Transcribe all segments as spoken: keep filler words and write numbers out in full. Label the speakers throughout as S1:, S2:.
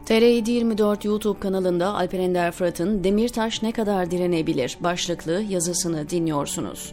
S1: T R yedi yirmi dört YouTube kanalında Alper Ender Fırat'ın "Demirtaş ne kadar direnebilir?" başlıklı yazısını dinliyorsunuz.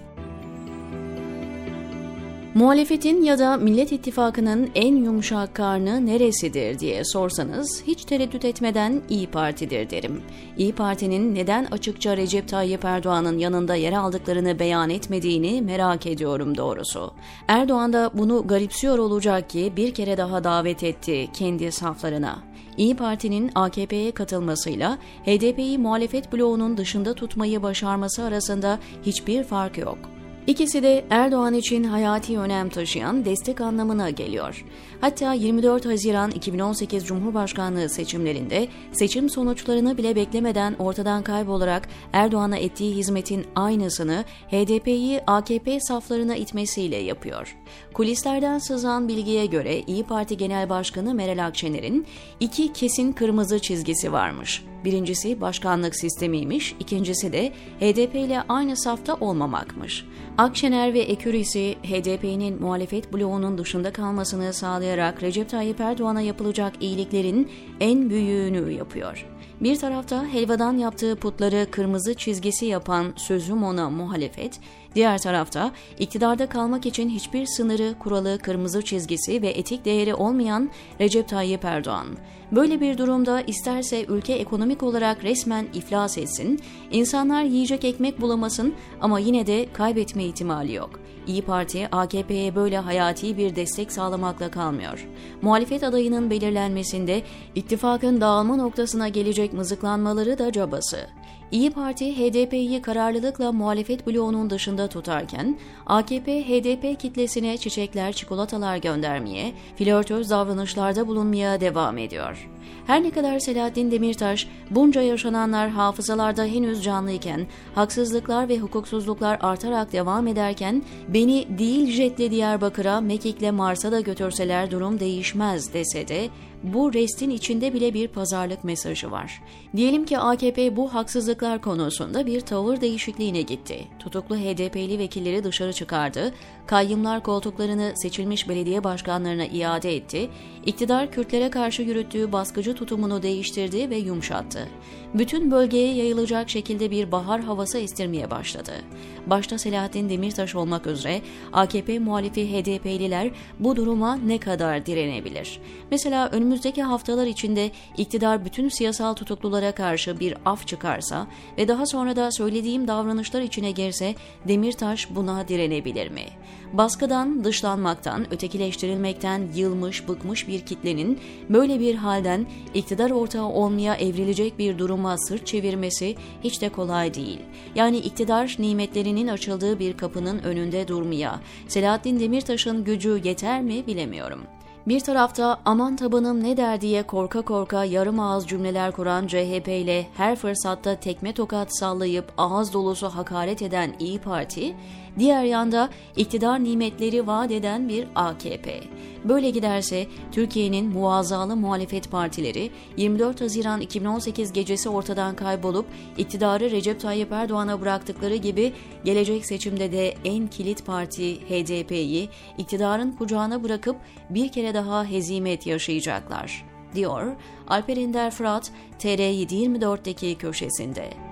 S1: Muhalefetin ya da Millet İttifakı'nın en yumuşak karnı neresidir diye sorsanız hiç tereddüt etmeden İYİ Parti'dir derim. İYİ Parti'nin neden açıkça Recep Tayyip Erdoğan'ın yanında yer aldıklarını beyan etmediğini merak ediyorum doğrusu. Erdoğan da bunu garipsiyor olacak ki bir kere daha davet etti kendi saflarına. İYİ Parti'nin A K P'ye katılmasıyla H D P'yi muhalefet bloğunun dışında tutmayı başarması arasında hiçbir fark yok. İkisi de Erdoğan için hayati önem taşıyan destek anlamına geliyor. Hatta yirmi dört Haziran iki bin on sekiz Cumhurbaşkanlığı seçimlerinde seçim sonuçlarını bile beklemeden ortadan kaybolarak Erdoğan'a ettiği hizmetin aynısını H D P'yi A K P saflarına itmesiyle yapıyor. Kulislerden sızan bilgiye göre İYİ Parti Genel Başkanı Meral Akşener'in iki kesin kırmızı çizgisi varmış. Birincisi başkanlık sistemiymiş, ikincisi de H D P ile aynı safta olmamakmış. Akşener ve ekürisi H D P'nin muhalefet bloğunun dışında kalmasını sağlayarak Recep Tayyip Erdoğan'a yapılacak iyiliklerin en büyüğünü yapıyor. Bir tarafta helvadan yaptığı putları kırmızı çizgisi yapan sözüm ona muhalefet, diğer tarafta iktidarda kalmak için hiçbir sınırı, kuralı, kırmızı çizgisi ve etik değeri olmayan Recep Tayyip Erdoğan. Böyle bir durumda isterse ülke ekonomik olarak resmen iflas etsin, insanlar yiyecek ekmek bulamasın ama yine de kaybetme ihtimali yok. İYİ Parti, A K P'ye böyle hayati bir destek sağlamakla kalmıyor. Muhalefet adayının belirlenmesinde ittifakın dağılma noktasına gelecek mızıklanmaları da cabası. İYİ Parti, H D P'yi kararlılıkla muhalefet bloğunun dışında tutarken, A K P, H D P kitlesine çiçekler, çikolatalar göndermeye, flörtöz davranışlarda bulunmaya devam ediyor. Her ne kadar Selahattin Demirtaş, bunca yaşananlar hafızalarda henüz canlıyken, haksızlıklar ve hukuksuzluklar artarak devam ederken, beni değil jetle Diyarbakır'a, Mekik'le Mars'a da götürseler durum değişmez dese de, bu restin içinde bile bir pazarlık mesajı var. Diyelim ki A K P bu haksızlıklar konusunda bir tavır değişikliğine gitti. Tutuklu H D P'li vekilleri dışarı çıkardı, kayyımlar koltuklarını seçilmiş belediye başkanlarına iade etti, iktidar Kürtlere karşı yürüttüğü baskıcı tutumunu değiştirdi ve yumuşattı. Bütün bölgeye yayılacak şekilde bir bahar havası estirmeye başladı. Başta Selahattin Demirtaş olmak üzere A K P muhalifi H D P'liler bu duruma ne kadar direnebilir? Mesela önümüzdeki haftalar içinde iktidar bütün siyasal tutuklulara karşı bir af çıkarsa ve daha sonra da söylediğim davranışlar içine girse Demirtaş buna direnebilir mi? Baskıdan, dışlanmaktan, ötekileştirilmekten yılmış, bıkmış bir kitlenin böyle bir halden iktidar ortağı olmaya evrilecek bir duruma sırt çevirmesi hiç de kolay değil. Yani iktidar nimetlerinin açıldığı bir kapının önünde durmaya, Selahattin Demirtaş'ın gücü yeter mi bilemiyorum. Bir tarafta aman tabanım ne der diye korka korka yarım ağız cümleler kuran C H P ile her fırsatta tekme tokat sallayıp ağız dolusu hakaret eden İYİ Parti, diğer yanda iktidar nimetleri vaat eden bir A K P. Böyle giderse Türkiye'nin muazzalı muhalefet partileri yirmi dört Haziran iki bin on sekiz gecesi ortadan kaybolup iktidarı Recep Tayyip Erdoğan'a bıraktıkları gibi gelecek seçimde de en kilit parti H D P'yi iktidarın kucağına bırakıp bir kere daha hezimet yaşayacaklar, diyor Alper Ender Fırat T R yedi yirmi dört'teki köşesinde.